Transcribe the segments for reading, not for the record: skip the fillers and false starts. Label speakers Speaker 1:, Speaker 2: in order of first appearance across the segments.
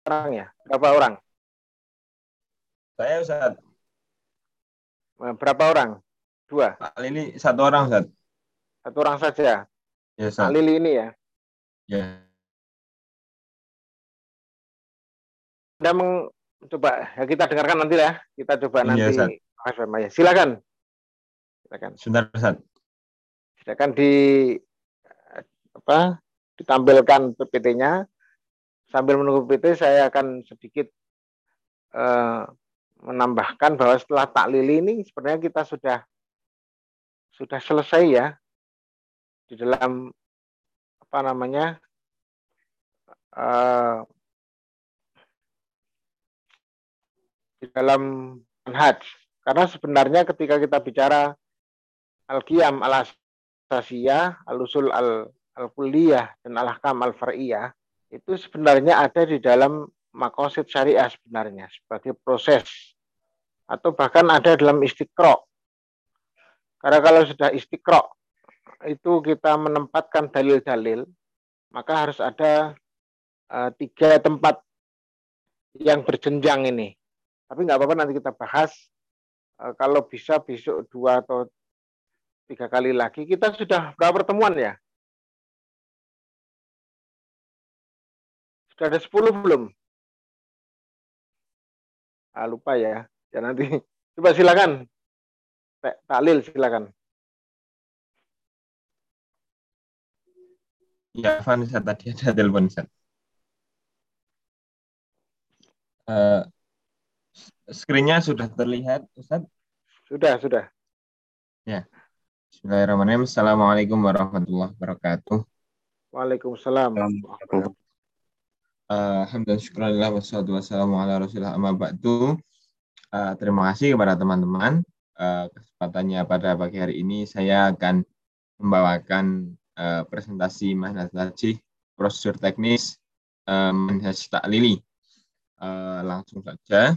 Speaker 1: orang ya? Berapa orang?
Speaker 2: Saya Ustaz.
Speaker 1: Berapa orang? Dua.
Speaker 2: Pak Lili satu orang Ustaz.
Speaker 1: Satu orang saja.
Speaker 2: Ya
Speaker 1: Kak
Speaker 2: Ustaz.
Speaker 1: Lili ini ya.
Speaker 2: Ya.
Speaker 1: Anda coba ya kita dengarkan nanti ya. Kita coba
Speaker 2: Iya Ustaz.
Speaker 1: nanti. Silakan. Silakan.
Speaker 2: Sebentar Ustaz.
Speaker 1: Silakan apa ditampilkan PPT-nya. Sambil menunggu PPT saya akan sedikit menambahkan bahwa setelah taklili ini sebenarnya kita sudah selesai ya di dalam apa namanya di dalam manhaj. Karena sebenarnya ketika kita bicara al-qiyam al-asasiyah, al-usul al-kulliyah dan al-ahkam al-far'iyah itu sebenarnya ada di dalam maqasid syariah sebenarnya sebagai proses atau bahkan ada dalam istiqra. Karena kalau sudah istiqra itu kita menempatkan dalil-dalil, maka harus ada 3 tempat yang berjenjang ini. Tapi nggak apa-apa nanti kita bahas. Kalau bisa besok 2 atau 3 kali lagi. Kita sudah berapa pertemuan ya? Sudah ada 10 belum? Lupa ya. Ya nanti. Coba silakan. Taklil silakan.
Speaker 2: Ya, Van Ustaz, tadi ada telepon Ustaz. Screen-nya sudah terlihat Ustaz?
Speaker 1: Sudah.
Speaker 2: Ya. Bismillahirrahmanirrahim. Assalamualaikum warahmatullahi wabarakatuh.
Speaker 1: Waalaikumsalam.
Speaker 2: Alhamdulillah, syukurillah, wassalatu wassalamu ala rasulillah, amma ba'du. Terima kasih kepada teman-teman. Kesempatannya pada pagi hari ini saya akan membawakan presentasi manhaj tajih, prosedur teknis manhaj taklili. Langsung saja.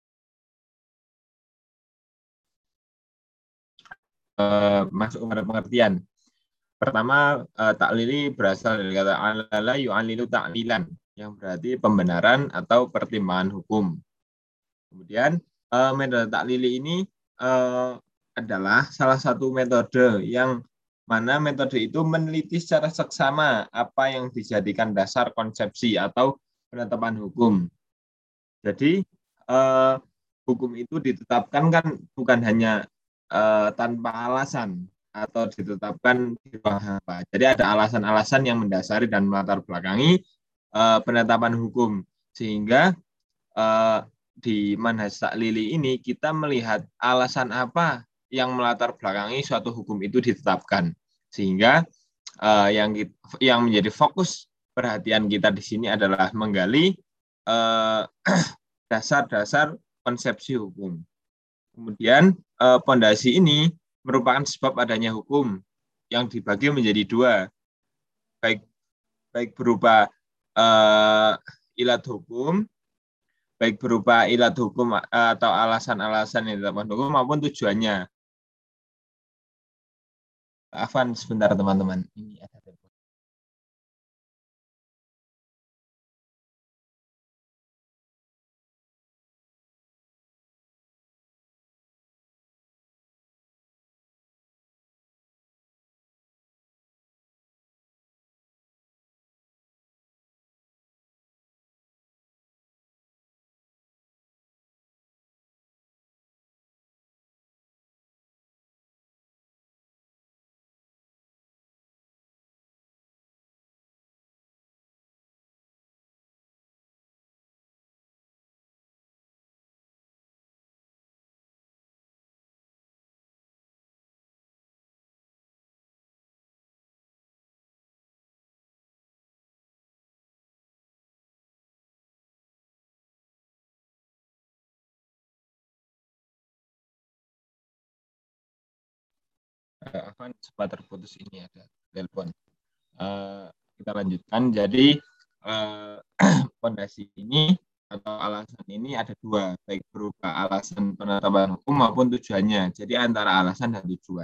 Speaker 2: Masuk pada pengertian. Pertama, taklili berasal dari kata alala yu'alilu ta'lilan, yang berarti pembenaran atau pertimbangan hukum. Kemudian, metode taklili ini adalah salah satu metode yang mana metode itu meneliti secara seksama apa yang dijadikan dasar konsepsi atau penetapan hukum. Jadi, hukum itu ditetapkan kan bukan hanya tanpa alasan atau ditetapkan di bawah apa. Jadi ada alasan-alasan yang mendasari dan melatar belakangi penetapan hukum, sehingga di manhaj taklili ini kita melihat alasan apa yang melatar belakangi suatu hukum itu ditetapkan, sehingga yang menjadi fokus perhatian kita di sini adalah menggali dasar-dasar konsepsi hukum. Kemudian pondasi ini merupakan sebab adanya hukum yang dibagi menjadi 2, baik berupa ilat hukum, baik berupa ilat hukum atau alasan-alasan yang ditetapkan hukum maupun tujuannya. Afan, sebentar teman-teman. Ini ada telepon. Afan, sempat terputus, ini ada telepon. Kita lanjutkan. Jadi fondasi ini atau alasan ini ada 2, baik berupa alasan penetapan hukum maupun tujuannya. Jadi antara alasan dan tujuan.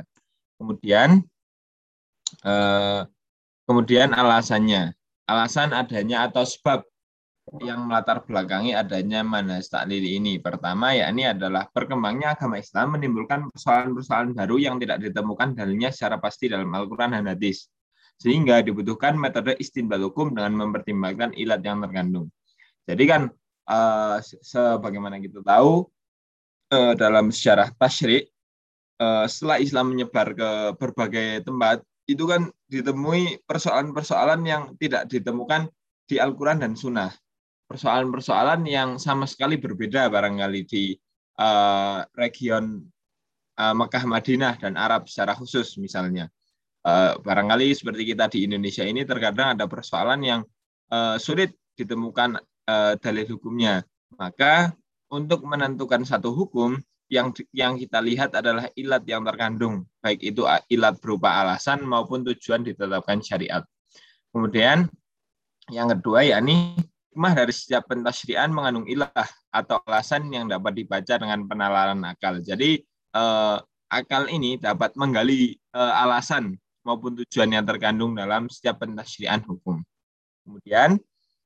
Speaker 2: Kemudian alasannya, alasan adanya atau sebab yang melatar belakangi adanya manhaj taklil ini. Pertama, yakni adalah berkembangnya agama Islam menimbulkan persoalan-persoalan baru yang tidak ditemukan dalilnya secara pasti dalam Al-Quran dan hadis. Sehingga dibutuhkan metode istinbat hukum dengan mempertimbangkan ilat yang terkandung. Jadi kan, sebagaimana kita tahu, dalam sejarah tasyrik, setelah Islam menyebar ke berbagai tempat, itu kan ditemui persoalan-persoalan yang tidak ditemukan di Al-Quran dan Sunnah. Persoalan-persoalan yang sama sekali berbeda barangkali di region Mekah, Madinah, dan Arab secara khusus misalnya. Barangkali seperti kita di Indonesia ini terkadang ada persoalan yang sulit ditemukan dalil hukumnya. Maka untuk menentukan satu hukum, yang kita lihat adalah ilat yang terkandung, baik itu ilat berupa alasan maupun tujuan ditetapkan syariat. Kemudian yang kedua, yakni hikmah dari setiap pentasyri'an mengandung ilah atau alasan yang dapat dibaca dengan penalaran akal. Jadi akal ini dapat menggali alasan maupun tujuan yang terkandung dalam setiap pentasyri'an hukum. Kemudian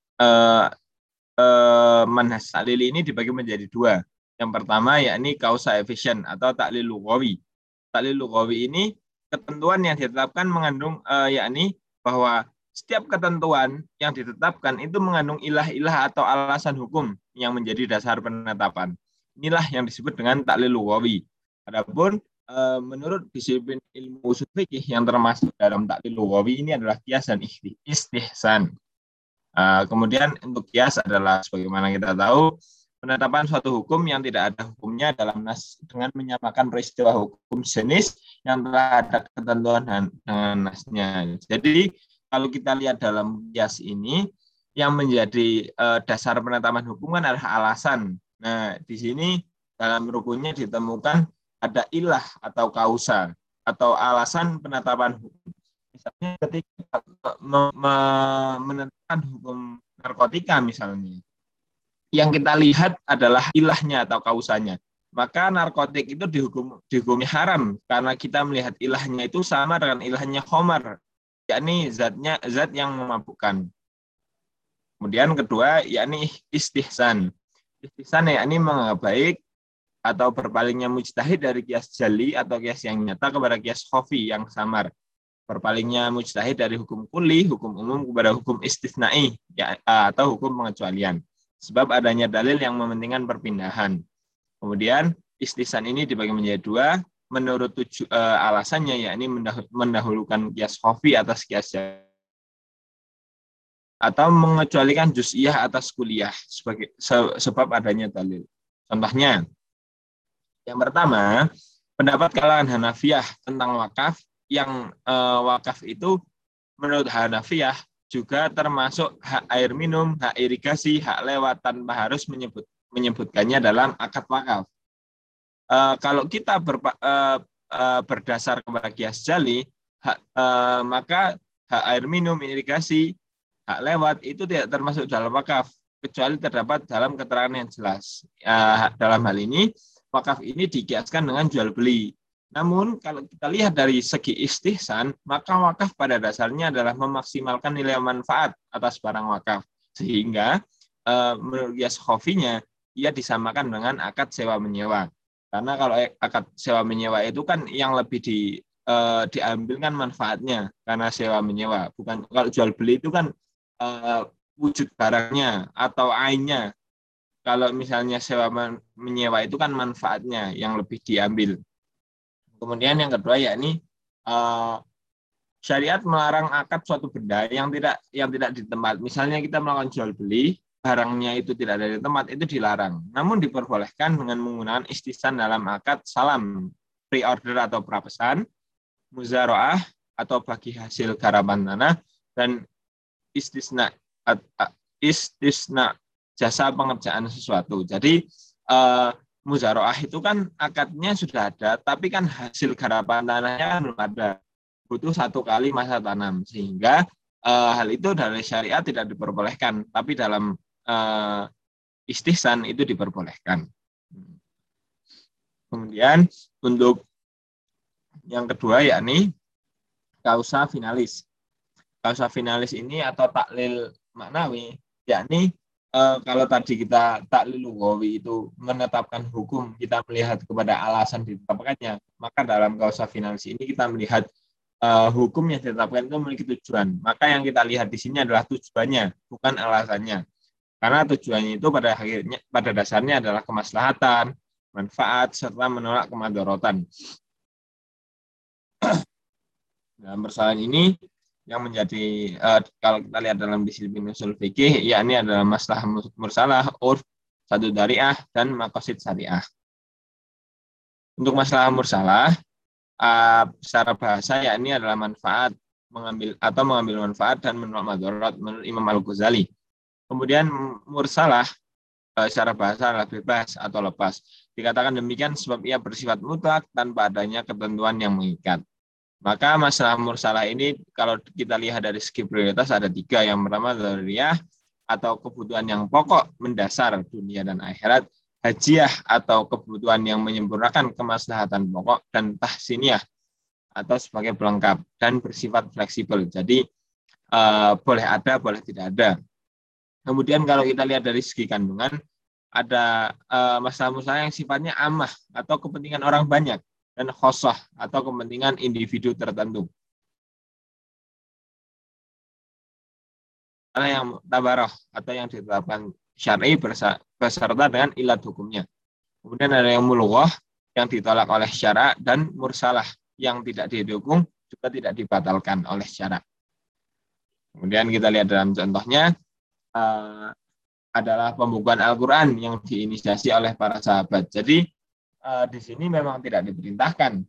Speaker 2: manhaj taklil ini dibagi menjadi dua. Yang pertama yakni kausa efisien atau taklil lughawi. Taklil lughawi ini ketentuan yang ditetapkan mengandung yakni bahwa setiap ketentuan yang ditetapkan itu mengandung ilah-ilah atau alasan hukum yang menjadi dasar penetapan. Inilah yang disebut dengan taklil lughawi. Adapun menurut disiplin ilmu usul fikih yang termasuk dalam taklil lughawi ini adalah qiyas dan istihsan. Kemudian untuk qiyas adalah sebagaimana kita tahu, penetapan suatu hukum yang tidak ada hukumnya dalam nas dengan menyamakan peristiwa hukum jenis yang telah ada ketentuan dengan nasnya. Jadi kalau kita lihat dalam qiyas ini, yang menjadi dasar penetapan hukum kan adalah alasan. Nah, di sini dalam rukunnya ditemukan ada ilah atau kausa atau alasan penetapan hukum. Misalnya ketika menentukan hukum narkotika misalnya, yang kita lihat adalah ilahnya atau kausanya. Maka narkotik itu dihukumi haram karena kita melihat ilahnya itu sama dengan ilahnya khamar, yakni zat yang memabukkan. Kemudian kedua yakni istihsan. Istihsan yakni menganggap baik atau berpalingnya mujtahid dari qiyas jali atau qiyas yang nyata kepada qiyas khafi yang samar. Berpalingnya mujtahid dari hukum kulli, hukum umum kepada hukum istisnai atau hukum pengecualian. Sebab adanya dalil yang mementingkan perpindahan. Kemudian istihsan ini dibagi menjadi dua menurut alasannya, yakni mendahulukan qiyas khafi atas qiyas atau mengecualikan juz'iyah atas kuliah sebagai sebab adanya dalil. Contohnya, yang pertama, pendapat kalangan Hanafiyah tentang wakaf, yang wakaf itu menurut Hanafiyah juga termasuk hak air minum, hak irigasi, hak lewat tanpa harus menyebutkannya dalam akad wakaf. Kalau kita berdasar kepada qiyas jali, maka hak air minum, irigasi, hak lewat itu tidak termasuk dalam wakaf, kecuali terdapat dalam keterangan yang jelas. Dalam hal ini, wakaf ini dikiaskan dengan jual beli. Namun kalau kita lihat dari segi istihsan, maka wakaf pada dasarnya adalah memaksimalkan nilai manfaat atas barang wakaf. Sehingga menurut qiyas khafinya, ia disamakan dengan akad sewa menyewa. Karena kalau akad sewa menyewa itu kan yang lebih diambilkan manfaatnya karena sewa menyewa. Bukan kalau jual beli itu kan wujud barangnya atau ainnya. Kalau misalnya sewa menyewa itu kan manfaatnya yang lebih diambil. Kemudian yang kedua yakni syariat melarang akad suatu benda yang tidak di tempat. Misalnya kita melakukan jual beli, barangnya itu tidak ada di tempat, itu dilarang. Namun diperbolehkan dengan menggunakan istihsan dalam akad salam, pre-order atau prapesan, muzaroah atau bagi hasil garapan tanah, dan istisna jasa pengerjaan sesuatu. Jadi muzaroah itu kan akadnya sudah ada, tapi kan hasil garapan tanahnya kan belum ada. Butuh 1 kali masa tanam. Sehingga hal itu dari syariat tidak diperbolehkan, tapi dalam istihsan itu diperbolehkan. Kemudian untuk yang kedua yakni kausa finalis. Kausa finalis ini atau taklil maknawi, yakni kalau tadi kita taklil lughawi itu menetapkan hukum, kita melihat kepada alasan ditetapkannya, maka dalam kausa finansi ini kita melihat hukum yang ditetapkan itu memiliki tujuan. Maka yang kita lihat di sini adalah tujuannya, bukan alasannya. Karena tujuannya itu pada dasarnya adalah kemaslahatan, manfaat, serta menolak kemadharatan. Dalam persoalan ini yang menjadi kalau kita lihat dalam disiplin usul fikih, yakni adalah maslahat mursalah, urf, sadud dzari'ah, dan maqasid syariah. Untuk maslahat mursalah secara bahasa yakni adalah manfaat, mengambil manfaat dan menolak madarat menurut Imam Al-Ghazali. Kemudian mursalah secara bahasa adalah bebas atau lepas. Dikatakan demikian sebab ia bersifat mutlak tanpa adanya ketentuan yang mengikat. Maka masalah mursalah ini kalau kita lihat dari segi prioritas ada 3. Yang pertama dzaruriyah atau kebutuhan yang pokok mendasar dunia dan akhirat, hajiah atau kebutuhan yang menyempurnakan kemaslahatan pokok, dan tahsiniyah atau sebagai pelengkap dan bersifat fleksibel. Jadi boleh ada, boleh tidak ada. Kemudian kalau kita lihat dari segi kandungan ada masalah-masalah yang sifatnya amah atau kepentingan orang banyak, dan khosoh atau kepentingan individu tertentu. Ada yang tabaroh atau yang ditetapkan syar'i beserta dengan ilat hukumnya. Kemudian ada yang mulughah yang ditolak oleh syara, dan mursalah yang tidak didukung juga tidak dibatalkan oleh syara. Kemudian kita lihat dalam contohnya adalah pembukuan Al-Quran yang diinisiasi oleh para sahabat. Jadi di sini memang tidak diperintahkan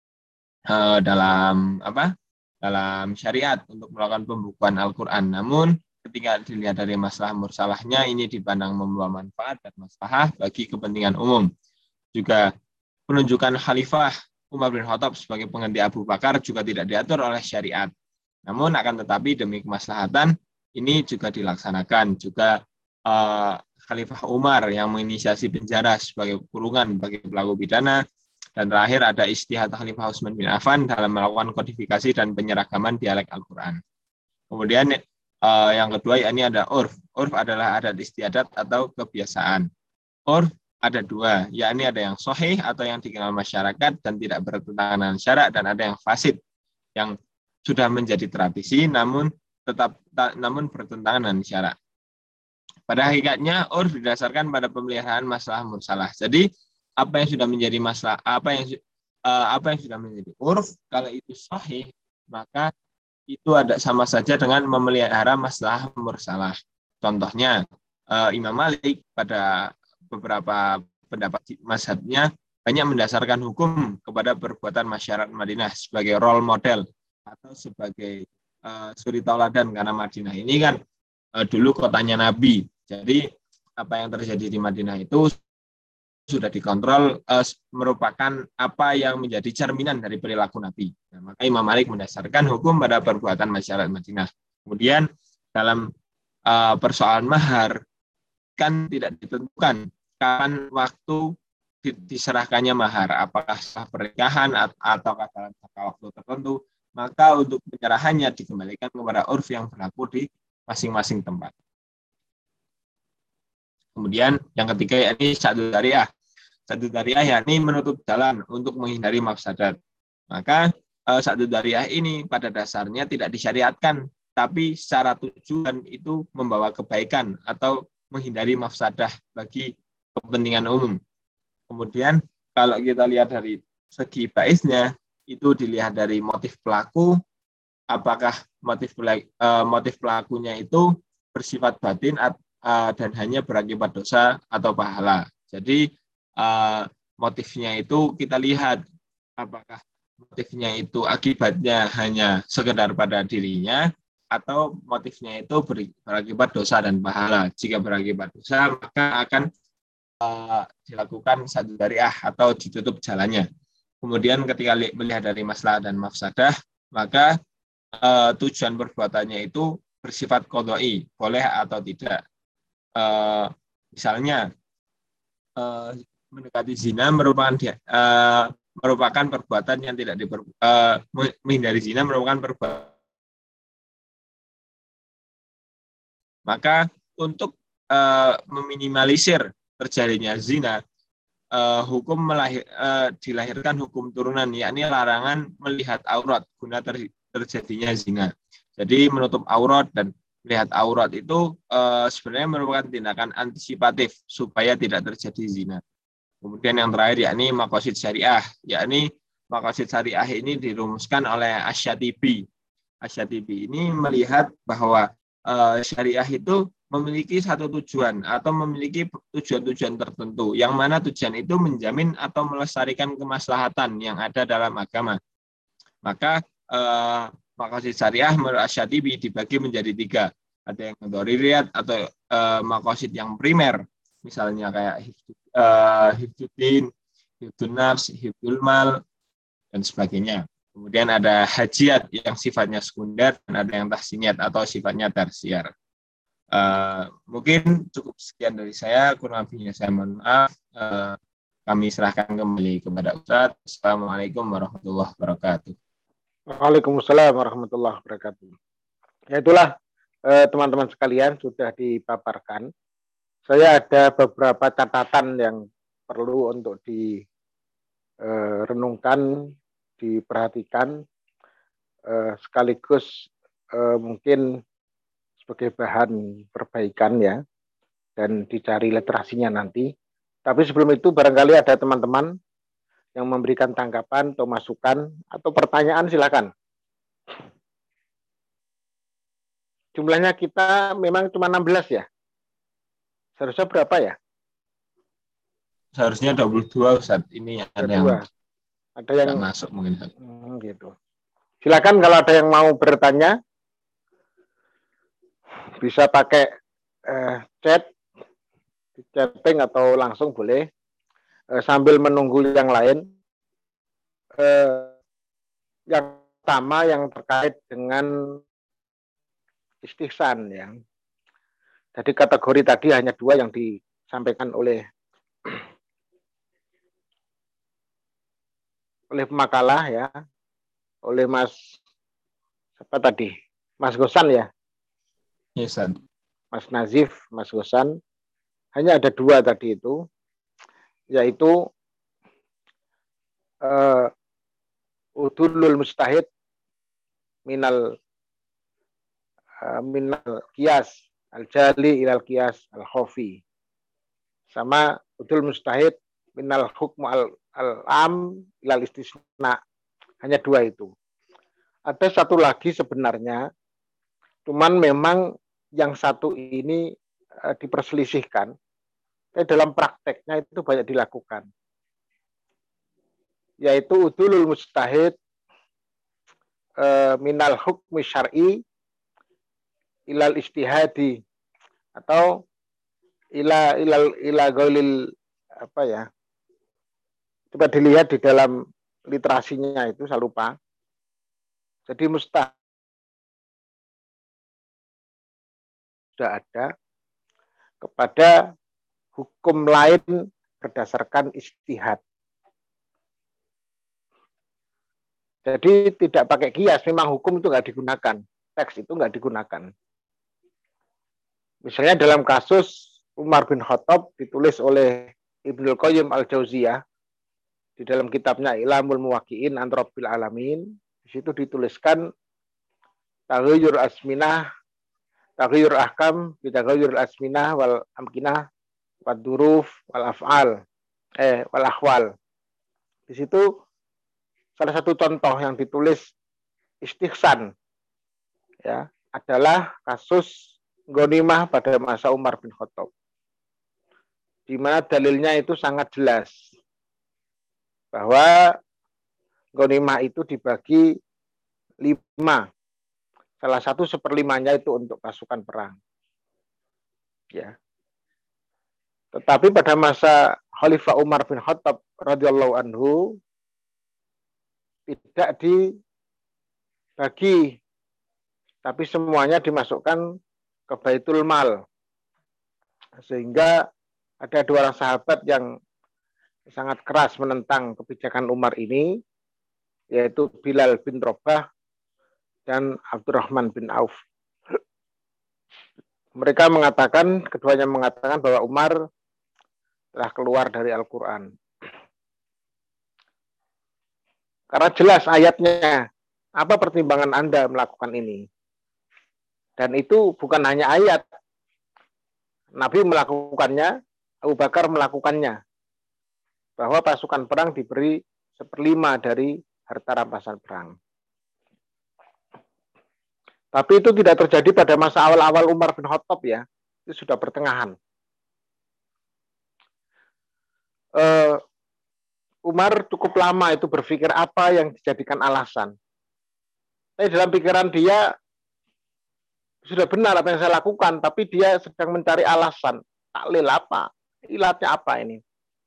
Speaker 2: dalam syariat untuk melakukan pembukuan Al-Quran. Namun ketika dilihat dari masalah mursalahnya, ini dipandang membawa manfaat dan maslahah bagi kepentingan umum. Juga penunjukan Khalifah Umar bin Khattab sebagai pengganti Abu Bakar juga tidak diatur oleh syariat. Namun akan tetapi demi kemaslahatan ini juga dilaksanakan. Juga Khalifah Umar yang menginisiasi penjara sebagai kurungan bagi pelaku pidana. Dan terakhir ada istihad Khalifah Utsman bin Affan dalam melakukan kodifikasi dan penyeragaman dialek Al-Quran. Kemudian yang kedua ini ada urf. Urf adalah adat istiadat atau kebiasaan. Urf ada 2, yakni ada yang sahih atau yang dikenal masyarakat dan tidak bertentangan dengan syarak, dan ada yang fasid yang sudah menjadi tradisi namun bertentangan dengan syarak. Pada hakikatnya urf didasarkan pada pemeliharaan masalah mursalah. Jadi apa yang sudah menjadi masalah, apa yang sudah menjadi urf, kalau itu sahih maka itu ada sama saja dengan memelihara masalah mursalah. Contohnya Imam Malik pada beberapa pendapat mazhabnya banyak mendasarkan hukum kepada perbuatan masyarakat Madinah sebagai role model atau sebagai suri tauladan, karena Madinah ini kan dulu kotanya Nabi. Jadi apa yang terjadi di Madinah itu sudah dikontrol, merupakan apa yang menjadi cerminan dari perilaku Nabi. Nah, maka Imam Malik mendasarkan hukum pada perbuatan masyarakat Madinah. Kemudian dalam persoalan mahar kan tidak ditentukan kapan waktu diserahkannya mahar, apakah setelah pernikahan atau dalam jangka waktu tertentu. Maka untuk penyerahannya dikembalikan kepada urf yang berlaku di masing-masing tempat. Kemudian yang ketiga yakni sadud dzari'ah. Sadud dzari'ah yakni menutup jalan untuk menghindari mafsadat. Maka sadud dzari'ah ini pada dasarnya tidak disyariatkan, tapi secara tujuan itu membawa kebaikan atau menghindari mafsadah bagi kepentingan umum. Kemudian kalau kita lihat dari segi baisnya, itu dilihat dari motif pelaku, apakah motif pelakunya itu bersifat batin dan hanya berakibat dosa atau pahala. Jadi motifnya itu kita lihat apakah motifnya itu akibatnya hanya sekedar pada dirinya atau motifnya itu berakibat dosa dan pahala. Jika berakibat dosa maka akan dilakukan sadud dzari'ah atau ditutup jalannya. Kemudian ketika melihat dari maslahat dan mafsadah, maka tujuan perbuatannya itu bersifat qadha'i, boleh atau tidak. Misalnya mendekati zina merupakan perbuatan yang tidak menghindari zina merupakan perbuatan. Maka untuk meminimalisir terjadinya zina, dilahirkan hukum turunan, yakni larangan melihat aurat guna terjadinya zina. Jadi menutup aurat dan melihat aurat itu sebenarnya merupakan tindakan antisipatif supaya tidak terjadi zina. Kemudian yang terakhir yakni maqasid syariah, yakni maqasid syariah ini dirumuskan oleh Asy-Syatibi. Asy-Syatibi ini melihat bahwa syariah itu memiliki satu tujuan atau memiliki tujuan-tujuan tertentu, yang mana tujuan itu menjamin atau melestarikan kemaslahatan yang ada dalam agama. Maka maqasid syariah menurut Asy-Syatibi dibagi menjadi 3. Ada yang dzaruriyat atau maqasid yang primer, misalnya kayak hifdzuddin, hifdzun nafs, hifdzul mal, dan sebagainya. Kemudian ada hajiat yang sifatnya sekunder, dan ada yang tahsiniyat atau sifatnya tersier. Mungkin cukup sekian dari saya, kurang lebihnya saya mohon maaf. Kami serahkan kembali kepada Ustadz. Assalamualaikum warahmatullahi wabarakatuh.
Speaker 1: Waalaikumsalam warahmatullahi wabarakatuh. Ya itulah teman-teman sekalian sudah dipaparkan. Saya ada beberapa catatan yang perlu untuk direnungkan, diperhatikan, sekaligus mungkin sebagai bahan perbaikan ya, dan dicari literasinya nanti. Tapi sebelum itu barangkali ada teman-teman yang memberikan tanggapan atau masukan atau pertanyaan, silakan. Jumlahnya kita memang cuma 16 ya. Seharusnya berapa ya?
Speaker 2: Seharusnya 22 Ustaz. Ini ada yang masuk mungkin.
Speaker 1: Gitu. Silakan kalau ada yang mau bertanya, bisa pakai chat, chatting atau langsung boleh, sambil menunggu yang lain. Yang pertama yang terkait dengan istihsan ya. Jadi kategori tadi hanya 2 yang disampaikan oleh pemakalah ya, oleh Mas siapa tadi? Mas Gosan ya?
Speaker 2: Yes,
Speaker 1: Mas Nazif, Mas Gosan. Hanya ada 2 tadi itu, yaitu udulul mustahid minal qiyas al-jali ilal qiyas al-khafi. Sama udul mustahid minal hukmu al-am ilal istisna. Hanya 2 itu. Ada satu lagi sebenarnya, cuman memang yang satu ini diperselisihkan. Tapi dalam prakteknya itu banyak dilakukan. Yaitu udulul mustahid minal hukmi syar'i ilal istihadi, atau ila ghaulil apa ya? Coba dilihat di dalam literasinya itu, saya lupa. Jadi mustahid sudah ada kepada hukum lain berdasarkan istihad. Jadi tidak pakai kias, memang hukum itu nggak digunakan, teks itu nggak digunakan. Misalnya dalam kasus Umar bin Khattab ditulis oleh Ibnul Qayyim al-Jauziyah di dalam kitabnya Ilamul Muwaqqi'in an Rabbil Alamin. Di situ dituliskan taghayyur asminah, taghayyur ahkam, bitaghayyur asminah wal amkinah wad duruf wal af'al wal akhwal. Di situ salah satu contoh yang ditulis istihsan ya adalah kasus ghanimah pada masa Umar bin Khattab, di mana dalilnya itu sangat jelas bahwa ghanimah itu dibagi 5, salah satu 1/5-nya itu untuk pasukan perang ya. Tetapi pada masa Khalifah Umar bin Khattab radhiyallahu anhu tidak dibagi, tapi semuanya dimasukkan ke Baitul Mal. Sehingga ada 2 orang sahabat yang sangat keras menentang kebijakan Umar ini, yaitu Bilal bin Rabah dan Abdurrahman bin Auf. Mereka mengatakan, keduanya mengatakan bahwa Umar telah keluar dari Al-Quran. Karena jelas ayatnya, apa pertimbangan Anda melakukan ini? Dan itu bukan hanya ayat. Nabi melakukannya, Abu Bakar melakukannya. Bahwa pasukan perang diberi 1/5 dari harta rampasan perang. Tapi itu tidak terjadi pada masa awal-awal Umar bin Khattab ya. Itu sudah pertengahan. Umar cukup lama itu berpikir apa yang dijadikan alasan. Tapi dalam pikiran dia sudah benar apa yang saya lakukan, tapi dia sedang mencari alasan. Taklil apa? Ilatnya apa ini?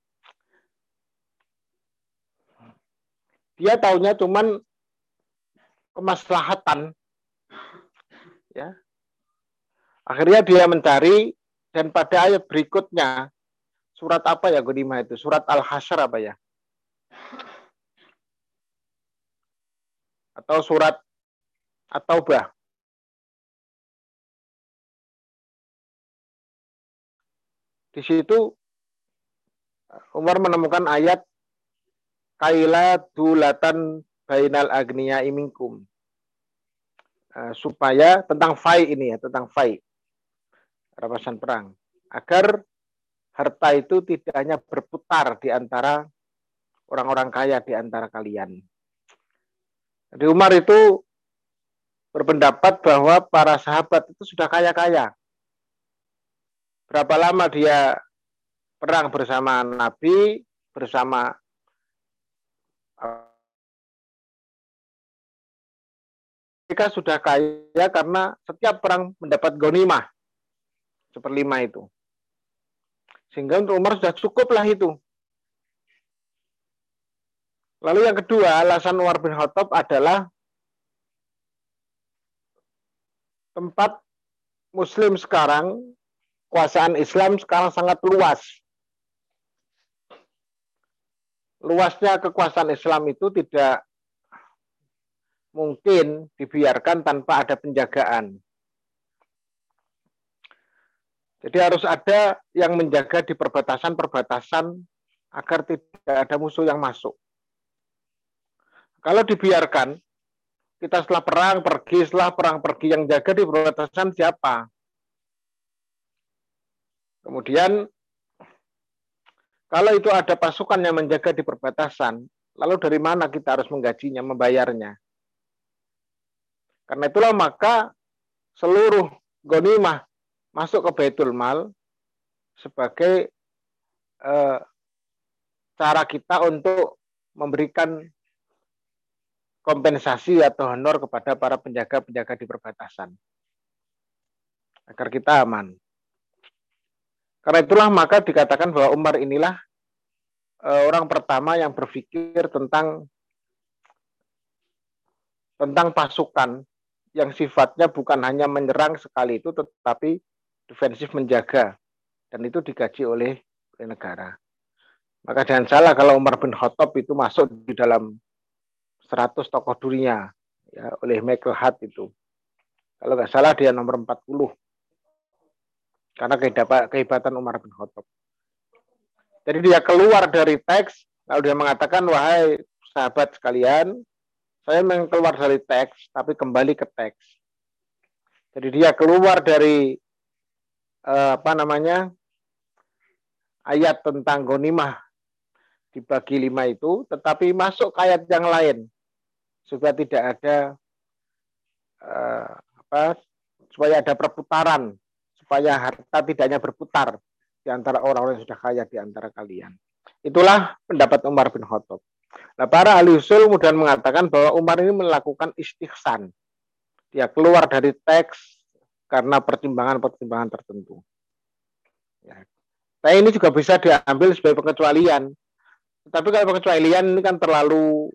Speaker 1: Dia taunya cuman kemaslahatan. Ya. Akhirnya dia mencari, dan pada ayat berikutnya, surat apa ya Ghanimah itu? Surat Al-Hasyr apa ya? Atau surat At-Taubah. Di situ Umar menemukan ayat kaila dulatan bainal agniya iminkum. Supaya tentang fai ini ya, tentang fai rampasan perang. Agar harta itu tidak hanya berputar di antara orang-orang kaya di antara kalian. Jadi Umar itu berpendapat bahwa para sahabat itu sudah kaya-kaya. Berapa lama dia perang bersama Nabi, bersama mereka sudah kaya karena setiap perang mendapat ghanimah 1/5 itu. Sehingga untuk Umar sudah cukuplah itu. Lalu yang kedua, alasan Umar bin Khattab adalah tempat Muslim sekarang, kekuasaan Islam sekarang sangat luas. Luasnya kekuasaan Islam itu tidak mungkin dibiarkan tanpa ada penjagaan. Jadi harus ada yang menjaga di perbatasan-perbatasan agar tidak ada musuh yang masuk. Kalau dibiarkan, kita setelah perang pergi, yang jaga di perbatasan siapa? Kemudian, kalau itu ada pasukan yang menjaga di perbatasan, lalu dari mana kita harus menggajinya, membayarnya? Karena itulah maka seluruh ghanimah masuk ke Baitul Mal sebagai cara kita untuk memberikan kompensasi atau honor kepada para penjaga-penjaga di perbatasan agar kita aman. Karena itulah maka dikatakan bahwa Umar inilah orang pertama yang berpikir tentang pasukan yang sifatnya bukan hanya menyerang sekali itu, tetapi defensif menjaga, dan itu digaji oleh negara. Maka jangan salah kalau Umar bin Khattab itu masuk di dalam 100 tokoh dunia ya, oleh Michael Hart itu. Kalau nggak salah dia nomor 40. Karena kehebatan Umar bin Khattab. Jadi dia keluar dari teks, lalu dia mengatakan, wahai sahabat sekalian, saya memang keluar dari teks, tapi kembali ke teks. Jadi dia keluar dari ayat tentang ghanimah dibagi 5 itu, tetapi masuk ke ayat yang lain supaya tidak ada supaya ada perputaran, supaya harta tidak hanya berputar di antara orang-orang yang sudah kaya di antara kalian. Itulah pendapat Umar bin Khattab. Nah, para ahli usul kemudian mengatakan bahwa Umar ini melakukan istihsan. Dia keluar dari teks karena pertimbangan-pertimbangan tertentu. Ya. Nah, ini juga bisa diambil sebagai pengecualian. Tapi kalau pengecualian ini kan terlalu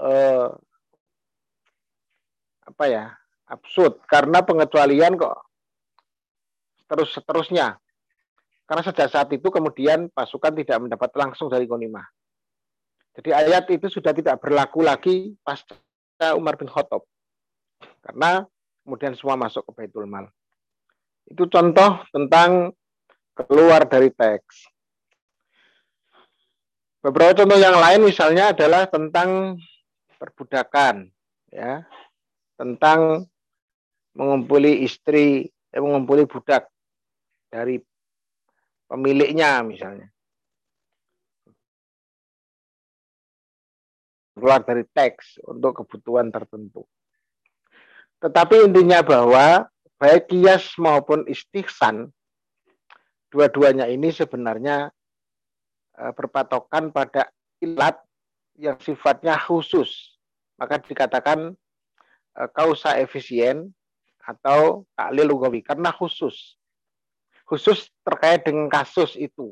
Speaker 1: absurd, karena pengecualian kok seterusnya. Karena sejak saat itu kemudian pasukan tidak mendapat langsung dari ghanimah. Jadi ayat itu sudah tidak berlaku lagi pasca Umar bin Khattab. Karena kemudian semua masuk ke Baitul Mal. Itu contoh tentang keluar dari teks. Beberapa contoh yang lain misalnya adalah tentang perbudakan, ya, tentang mengumpuli mengumpuli budak dari pemiliknya misalnya. Keluar dari teks untuk kebutuhan tertentu. Tetapi intinya bahwa baik qiyas maupun istihsan, dua-duanya ini sebenarnya berpatokan pada ilat yang sifatnya khusus. Maka dikatakan kausa efisien atau taklil lugawi karena khusus. Khusus terkait dengan kasus itu.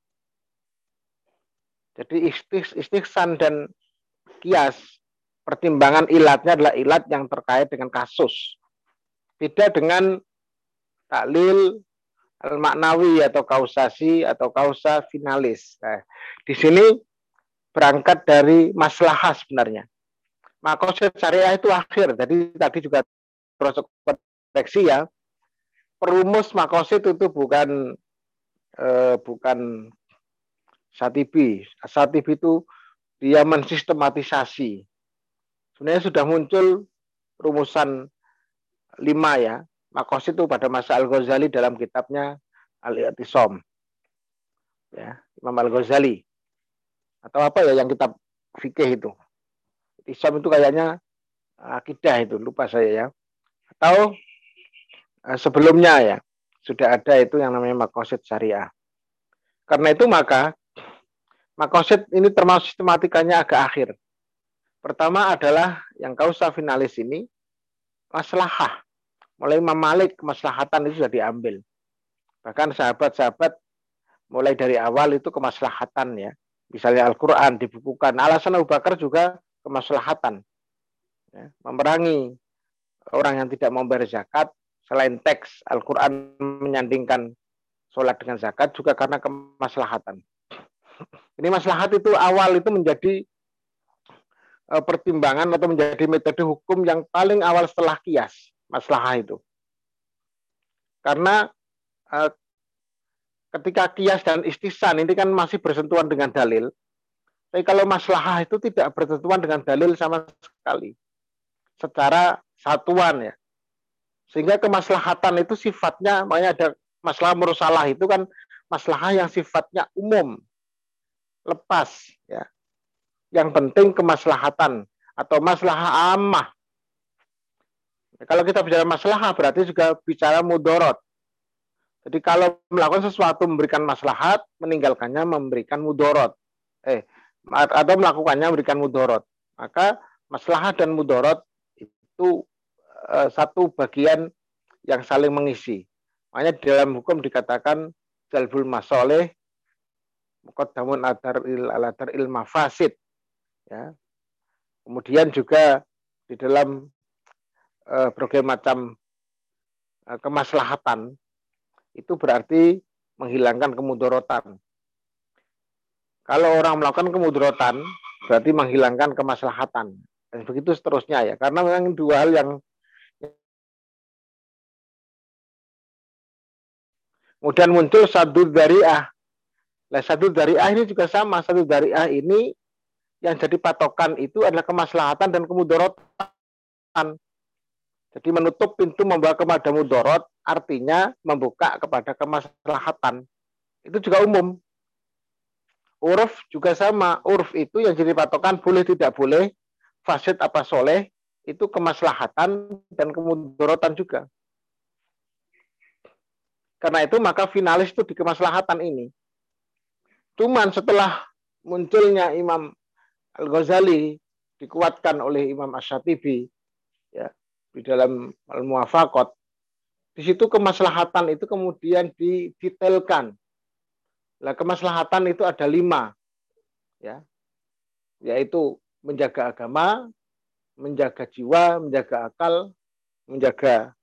Speaker 1: Jadi istihsan dan qiyas, pertimbangan ilatnya adalah ilat yang terkait dengan kasus. Beda dengan taklil al-maknawi atau kausasi atau kausa finalis. Nah, di sini berangkat dari maslahah sebenarnya. Makosid syariah itu akhir. Jadi tadi juga terus koreksi ya. Perumus makosid itu bukan Satibi. Satibi itu dia mensistematisasi. Sebenarnya sudah muncul rumusan 5 ya. Makosid itu pada masa Al-Ghazali dalam kitabnya Al-I'tisam. Ya, Imam Al-Ghazali. Atau apa ya yang kitab fikih itu. I'tisam itu kayaknya akidah itu, lupa saya ya. Atau sebelumnya ya, sudah ada itu yang namanya makosid syariah. Karena itu maka makosid ini termasuk sistematikanya agak akhir. Pertama adalah yang kausa finalis ini, maslahah. Mulai Imam Malik, kemaslahatan itu sudah diambil. Bahkan sahabat-sahabat mulai dari awal itu kemaslahatan ya. Misalnya Al-Quran dibukukan. Alasan Abu Bakar juga kemaslahatan. Ya, memerangi orang yang tidak membayar zakat. Selain teks Al-Quran menyandingkan sholat dengan zakat juga karena kemaslahatan. Ini maslahat itu awal itu menjadi pertimbangan atau menjadi metode hukum yang paling awal setelah qiyas. Maslahah itu. Karena ketika qiyas dan istihsan ini kan masih bersentuhan dengan dalil. Tapi kalau maslahah itu tidak bersentuhan dengan dalil sama sekali. Secara satuan ya. Sehingga kemaslahatan itu sifatnya, makanya ada masalah mursalah itu kan maslahah yang sifatnya umum. Lepas ya. Yang penting kemaslahatan atau maslahah ammah. Kalau kita bicara maslahah berarti juga bicara mudorot. Jadi kalau melakukan sesuatu memberikan maslahat, meninggalkannya memberikan mudorot. Atau melakukannya memberikan mudorot. Maka maslahat dan mudorot itu satu bagian yang saling mengisi. Makanya dalam hukum dikatakan jalbul masoleh muqaddamun aladar mafasid. Ya. Kemudian juga di dalam berbagai macam kemaslahatan itu berarti menghilangkan kemudorotan. Kalau orang melakukan kemudorotan berarti menghilangkan kemaslahatan. Dan begitu seterusnya ya. Karena memang dua hal yang kemudian muncul sadud dari'ah. Nah, sadud dari'ah ini juga sama. Sadud dari'ah ini yang jadi patokan itu adalah kemaslahatan dan kemudorotan. Jadi menutup pintu membawa kepada mudorot artinya membuka kepada kemaslahatan. Itu juga umum. Uruf juga sama. Uruf itu yang jadi patokan boleh tidak boleh, fasid apa soleh, itu kemaslahatan dan kemudorotan juga. Karena itu maka finalis itu di kemaslahatan ini. Cuman setelah munculnya Imam Al-Ghazali dikuatkan oleh Imam Asy-Syatibi ya, di dalam Al-Muwafaqat, di situ kemaslahatan itu kemudian didetailkan. Nah, kemaslahatan itu ada 5 ya, yaitu menjaga agama, menjaga jiwa, menjaga akal, menjaga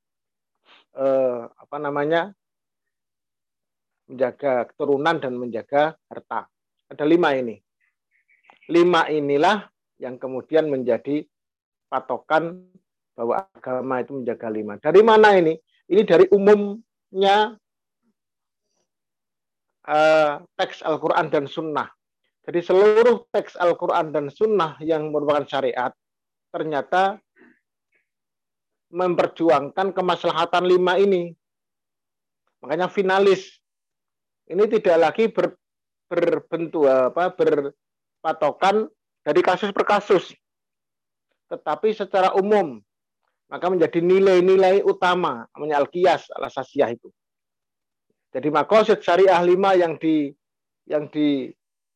Speaker 1: menjaga keturunan dan menjaga harta. Ada 5 ini. 5 inilah yang kemudian menjadi patokan bahwa agama itu menjaga 5. Dari mana ini? Ini dari umum teks Al-Quran dan Sunnah. Jadi seluruh teks Al-Quran dan Sunnah yang merupakan syariat ternyata memperjuangkan kemaslahatan 5 ini. Makanya finalis ini tidak lagi berpatokan dari kasus per kasus, tetapi secara umum. Maka menjadi nilai-nilai utama namanya al-qiyas al-asasiyah itu. Jadi maqasid syariah 5 yang di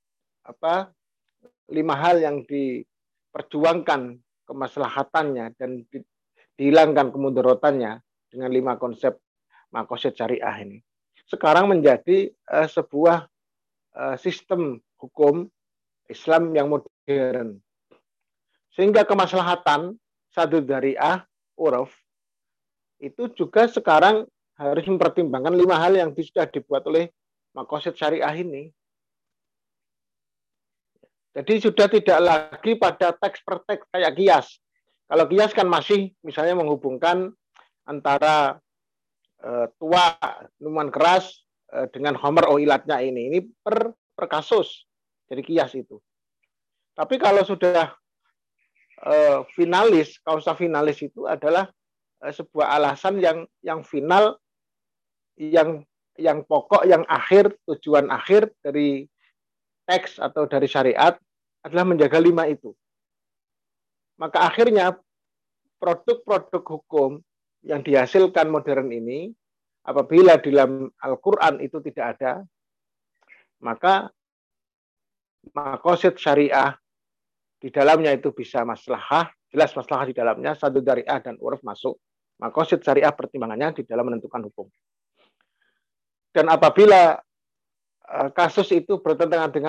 Speaker 1: 5 hal yang diperjuangkan kemaslahatannya dan dihilangkan kemudaratannya dengan 5 konsep maqasid syariah ini. Sekarang menjadi sebuah sistem hukum Islam yang modern. Sehingga kemaslahatan sadu dzari'ah uruf itu juga sekarang harus mempertimbangkan 5 hal yang sudah dibuat oleh maqasid syariah ini. Jadi sudah tidak lagi pada teks per teks kayak qiyas. Kalau qiyas kan masih misalnya menghubungkan antara tua minuman keras dengan homer ilatnya ini per kasus. Jadi qiyas itu. Tapi kalau sudah finalis, kausa finalis itu adalah sebuah alasan yang final, yang pokok, yang akhir, tujuan akhir dari teks atau dari syariat adalah menjaga 5 itu. Maka akhirnya produk-produk hukum yang dihasilkan modern ini, apabila di dalam Al-Quran itu tidak ada, maka maqasid syariah di dalamnya itu bisa maslahah, jelas maslahah di dalamnya, sadu dzari'ah dan uruf masuk. Maqasid syariah pertimbangannya di dalam menentukan hukum. Dan apabila kasus itu bertentangan dengan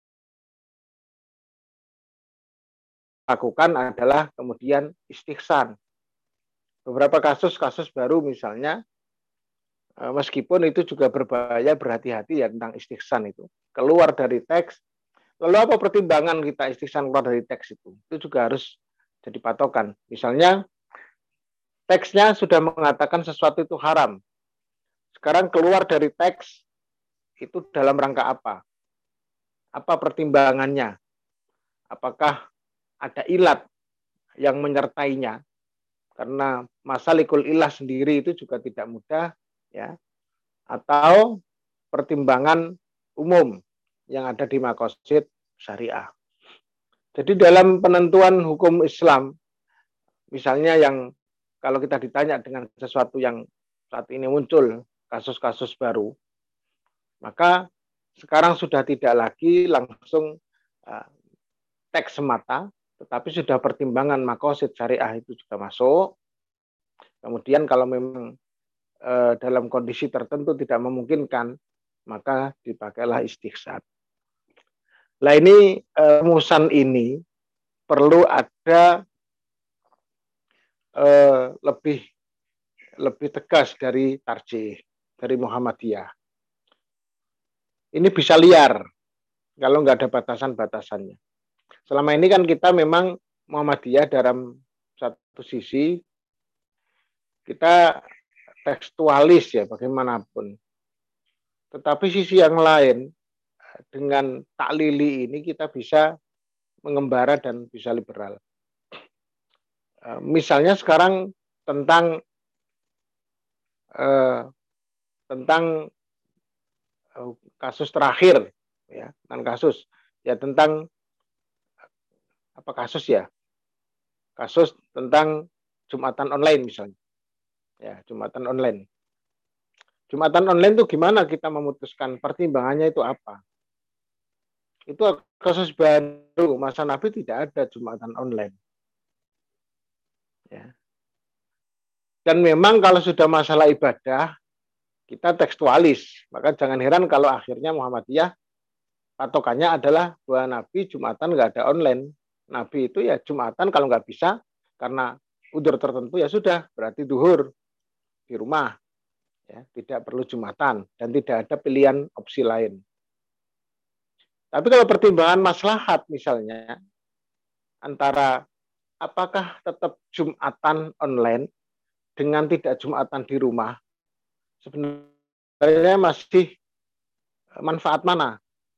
Speaker 1: lakukan adalah kemudian istihsan. Beberapa kasus baru misalnya, meskipun itu juga berbahaya, berhati-hati ya tentang istihsan itu. Keluar dari teks, lalu apa pertimbangan kita istihsan keluar dari teks itu? Itu juga harus jadi patokan. Misalnya, teksnya sudah mengatakan sesuatu itu haram. Sekarang keluar dari teks, itu dalam rangka apa? Apa pertimbangannya? Apakah ada ilat yang menyertainya? Karena masalikul ilah sendiri itu juga tidak mudah, ya. Atau pertimbangan umum yang ada di maqasid syariah. Jadi dalam penentuan hukum Islam, misalnya yang kalau kita ditanya dengan sesuatu yang saat ini muncul, kasus-kasus baru, maka sekarang sudah tidak lagi langsung teks semata, tetapi sudah pertimbangan maqasid syariah itu juga masuk. Kemudian kalau memang dalam kondisi tertentu tidak memungkinkan, maka dipakailah istihsan. Nah ini rumusan ini perlu ada lebih tegas dari tarjih, dari Muhammadiyah. Ini bisa liar kalau nggak ada batasan-batasannya. Selama ini kan kita memang Muhammadiyah dalam satu sisi kita tekstualis ya bagaimanapun. Tetapi sisi yang lain dengan taklili ini kita bisa mengembara dan bisa liberal. Misalnya sekarang tentang kasus terakhir ya, tentang kasus ya tentang apa kasus ya? Kasus tentang Jumatan online misalnya. Ya, Jumatan online. Jumatan online itu gimana kita memutuskan pertimbangannya itu apa? Itu kasus baru, masa Nabi tidak ada Jumatan online. Ya. Dan memang kalau sudah masalah ibadah, kita tekstualis. Maka jangan heran kalau akhirnya Muhammadiyah patokannya adalah bahwa Nabi Jumatan nggak ada online. Nabi itu ya Jumatan kalau nggak bisa karena udzur tertentu ya sudah berarti duhur di rumah. Ya, tidak perlu Jumatan dan tidak ada pilihan opsi lain. Tapi kalau pertimbangan maslahat misalnya antara apakah tetap Jumatan online dengan tidak Jumatan di rumah, sebenarnya masih manfaat mana?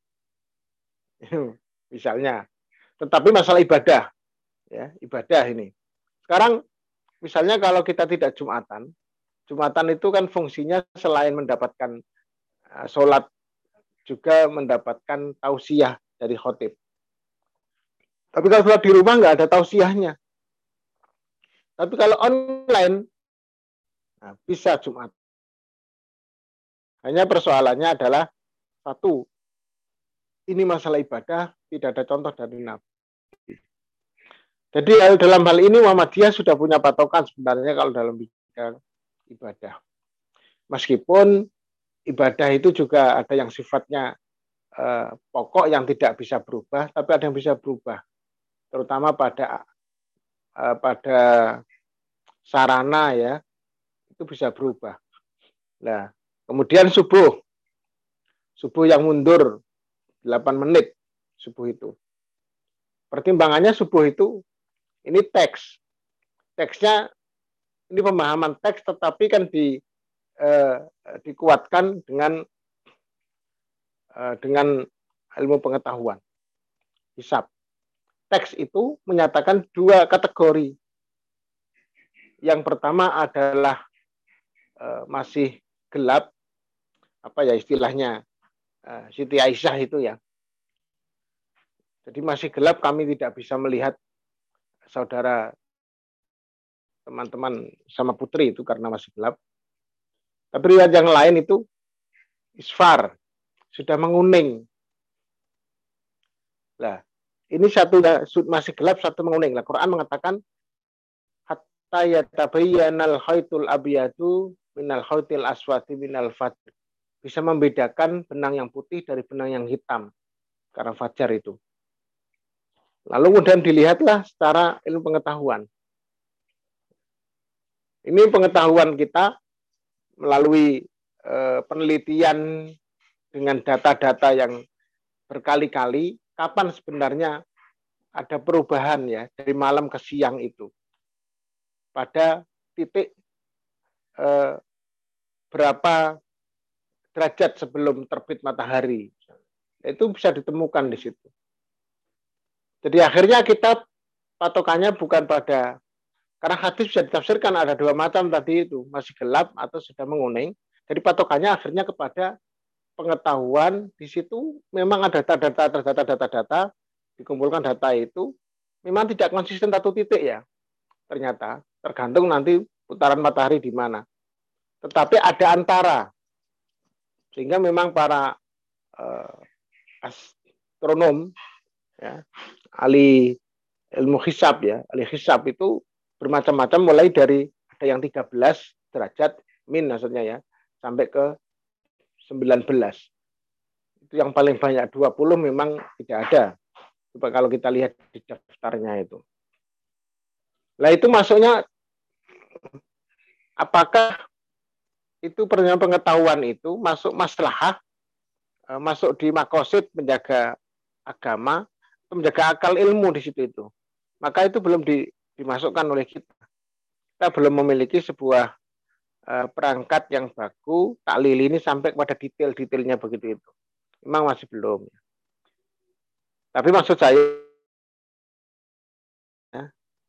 Speaker 1: Misalnya. Tetapi masalah ibadah, ya, ibadah ini. Sekarang misalnya kalau kita tidak Jumatan, Jumatan itu kan fungsinya selain mendapatkan sholat, juga mendapatkan tausiah dari khotib. Tapi kalau sholat di rumah nggak ada tausiahnya. Tapi kalau online, nah, bisa Jumat. Hanya persoalannya adalah satu, ini masalah ibadah, tidak ada contoh dari Nabi. Jadi dalam hal ini Muhammadiyah sudah punya patokan sebenarnya kalau dalam bidang ibadah. Meskipun ibadah itu juga ada yang sifatnya pokok yang tidak bisa berubah, tapi ada yang bisa berubah, terutama pada sarana, ya, itu bisa berubah. Nah, kemudian subuh yang mundur 8 menit subuh itu. Pertimbangannya subuh itu ini teksnya ini pemahaman teks, tetapi kan dikuatkan dengan ilmu pengetahuan hisab. Teks itu menyatakan dua kategori. Yang pertama adalah masih gelap, apa ya istilahnya, Siti Aisyah itu ya. Jadi masih gelap, kami tidak bisa melihat saudara, teman-teman sama putri itu karena masih gelap. Tapi riwayat yang lain itu isfar, sudah menguning. Nah, ini satu masih gelap, satu menguning. Nah, Quran mengatakan hatta yatabayyanal khaitul abyadu minal khaitil aswadi minal fajr. Bisa membedakan benang yang putih dari benang yang hitam karena fajar itu. Lalu kemudian dilihatlah secara ilmu pengetahuan. Ini pengetahuan kita melalui penelitian dengan data-data yang berkali-kali, kapan sebenarnya ada perubahan ya dari malam ke siang itu. Pada titik berapa derajat sebelum terbit matahari. Itu bisa ditemukan di situ. Jadi akhirnya kita patokannya bukan pada, karena hadis bisa ditafsirkan ada dua macam tadi itu, masih gelap atau sudah menguning. Jadi patokannya akhirnya kepada pengetahuan. Di situ memang ada data, dikumpulkan data itu memang tidak konsisten satu titik ya. Ternyata tergantung nanti putaran matahari di mana. Tetapi ada antara. Sehingga memang para astronom, ya, ahli ilmu hisab ya, ahli hisab itu bermacam-macam, mulai dari ada yang 13 derajat min maksudnya ya, sampai ke 19. Itu yang paling banyak, 20 memang tidak ada. Coba kalau kita lihat di daftarnya itu. Nah itu masuknya, apakah itu pengetahuan itu masuk maslahah, masuk di makosid menjaga agama, menjaga akal ilmu di situ itu. Maka itu belum dimasukkan oleh kita. Kita belum memiliki sebuah perangkat yang baku taklil ini sampai pada detail-detailnya begitu itu. Memang masih belum. Tapi maksud saya, ya,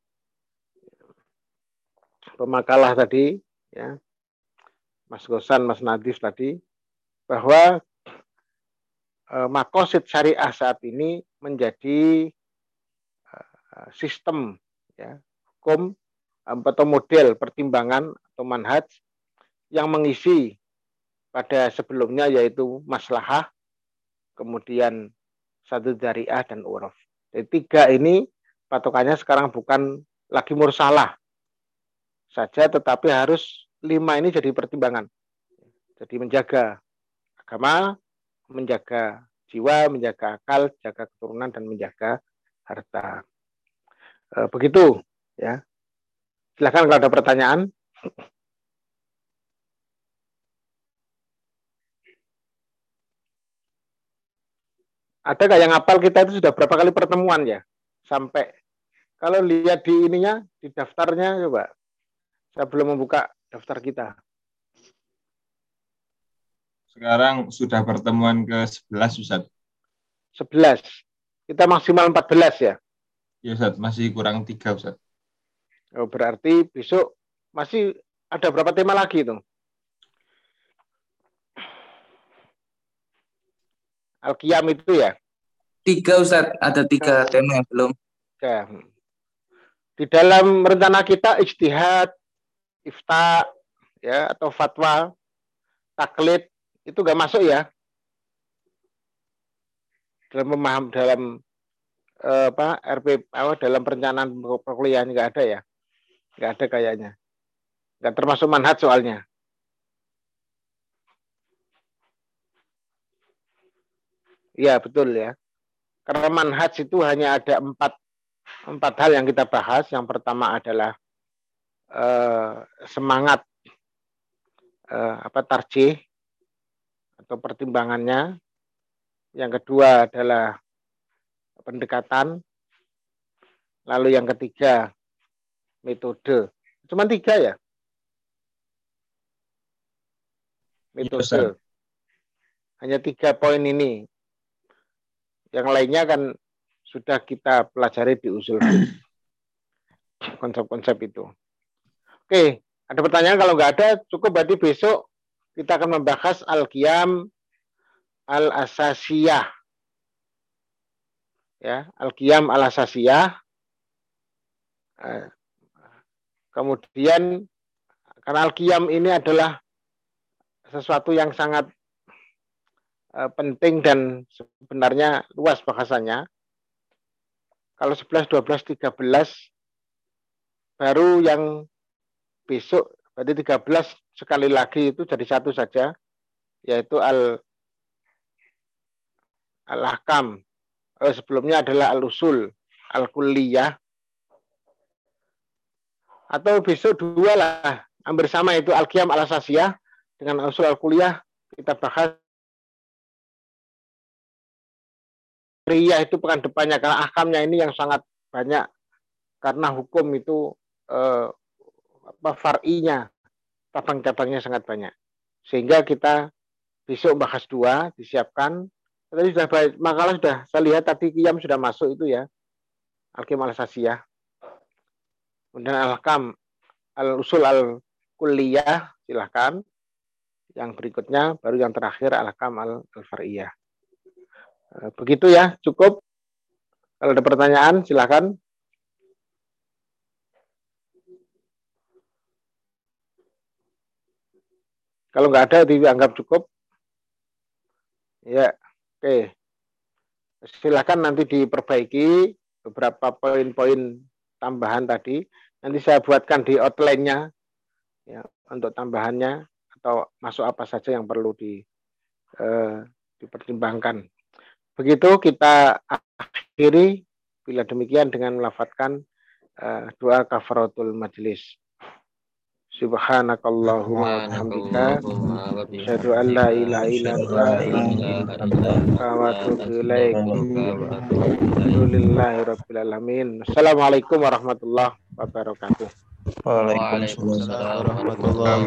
Speaker 1: pemakalah tadi, ya, Mas Gosan, Mas Nadif tadi, bahwa makosid syariah saat ini menjadi sistem, ya, hukum atau model pertimbangan atau manhaj yang mengisi pada sebelumnya, yaitu maslahah, kemudian satu dzari'ah dan uruf. Jadi tiga ini patokannya sekarang bukan lagi mursalah saja, tetapi harus 5 ini jadi pertimbangan. Jadi menjaga agama, menjaga jiwa, menjaga akal, menjaga keturunan, dan menjaga harta. Begitu ya. Silakan kalau ada pertanyaan. Ada nggak yang hafal kita itu sudah berapa kali pertemuan ya? Sampai kalau lihat di ininya, di daftarnya coba. Saya belum membuka daftar kita.
Speaker 2: Sekarang sudah pertemuan ke-11, Ustaz.
Speaker 1: 11. Kita maksimal 14 ya?
Speaker 2: Ya, Ustaz, masih kurang 3, Ustaz.
Speaker 1: Oh, berarti besok masih ada berapa tema lagi itu? Al-Qiyam itu ya?
Speaker 3: 3 Ustaz, ada 3 tema yang belum.
Speaker 1: Ya. Di dalam rencana kita ijtihad, ifta, ya atau fatwa, taklid itu nggak masuk ya? Dalam dalam perencanaan perkuliahan nggak ada ya? Nggak ada kayaknya. Nggak termasuk manhaj soalnya. Iya betul ya. Karena manhaj itu hanya ada empat hal yang kita bahas. Yang pertama adalah semangat tarjih atau pertimbangannya. Yang kedua adalah pendekatan. Lalu yang ketiga metode. Cuma 3 ya? Metode. Hanya 3 poin ini. Yang lainnya kan sudah kita pelajari di usul konsep-konsep itu. Oke, ada pertanyaan? Kalau nggak ada, cukup berarti besok kita akan membahas Al-Qiyam Al-Asasiyah. Ya, Al-Qiyam Al-Asasiyah. Kemudian karena Al-Qiyam ini adalah sesuatu yang sangat penting dan sebenarnya luas bahasannya. Kalau 11, 12, 13 baru yang besok berarti 13 sekali lagi itu jadi satu saja, yaitu Al-Ahkam. Sebelumnya adalah Al-Usul Al-Kulliyah. Atau besok 2 lah, hampir sama, itu Al-Qiyam Al-Asasiyah dengan Al-Usul Al-Kulliyah. Kita bahas Riyah itu pekan depannya, karena ahkamnya ini yang sangat banyak, karena hukum itu far'inya, cabang-cabangnya sangat banyak, sehingga kita besok bahas 2, disiapkan. Tadi sudah makalah sudah saya lihat tadi, Qiyam sudah masuk itu ya, Al-Qiyam Al-Asasiyah, kemudian Al-Ahkam Al-Usul Al-Kulliyah, silahkan. Yang berikutnya baru yang terakhir Al-Ahkam Al-Far'iyah. Begitu ya, cukup. Kalau ada pertanyaan, silakan. Kalau nggak ada, dianggap cukup. Ya, oke. Silakan nanti diperbaiki beberapa poin-poin tambahan tadi. Nanti saya buatkan di outline-nya ya, untuk tambahannya atau masuk apa saja yang perlu dipertimbangkan. Begitu kita akhiri, bila demikian dengan melafadzkan doa kafaratul majlis. Subhanakallahumma wa bihamdika asyhadu an la ilaha illa anta wa atubu ilaik. Alhamdulillahi rabbil alamin. Assalamualaikum warahmatullahi wabarakatuh.
Speaker 4: Waalaikumsalam warahmatullahi wabarakatuh.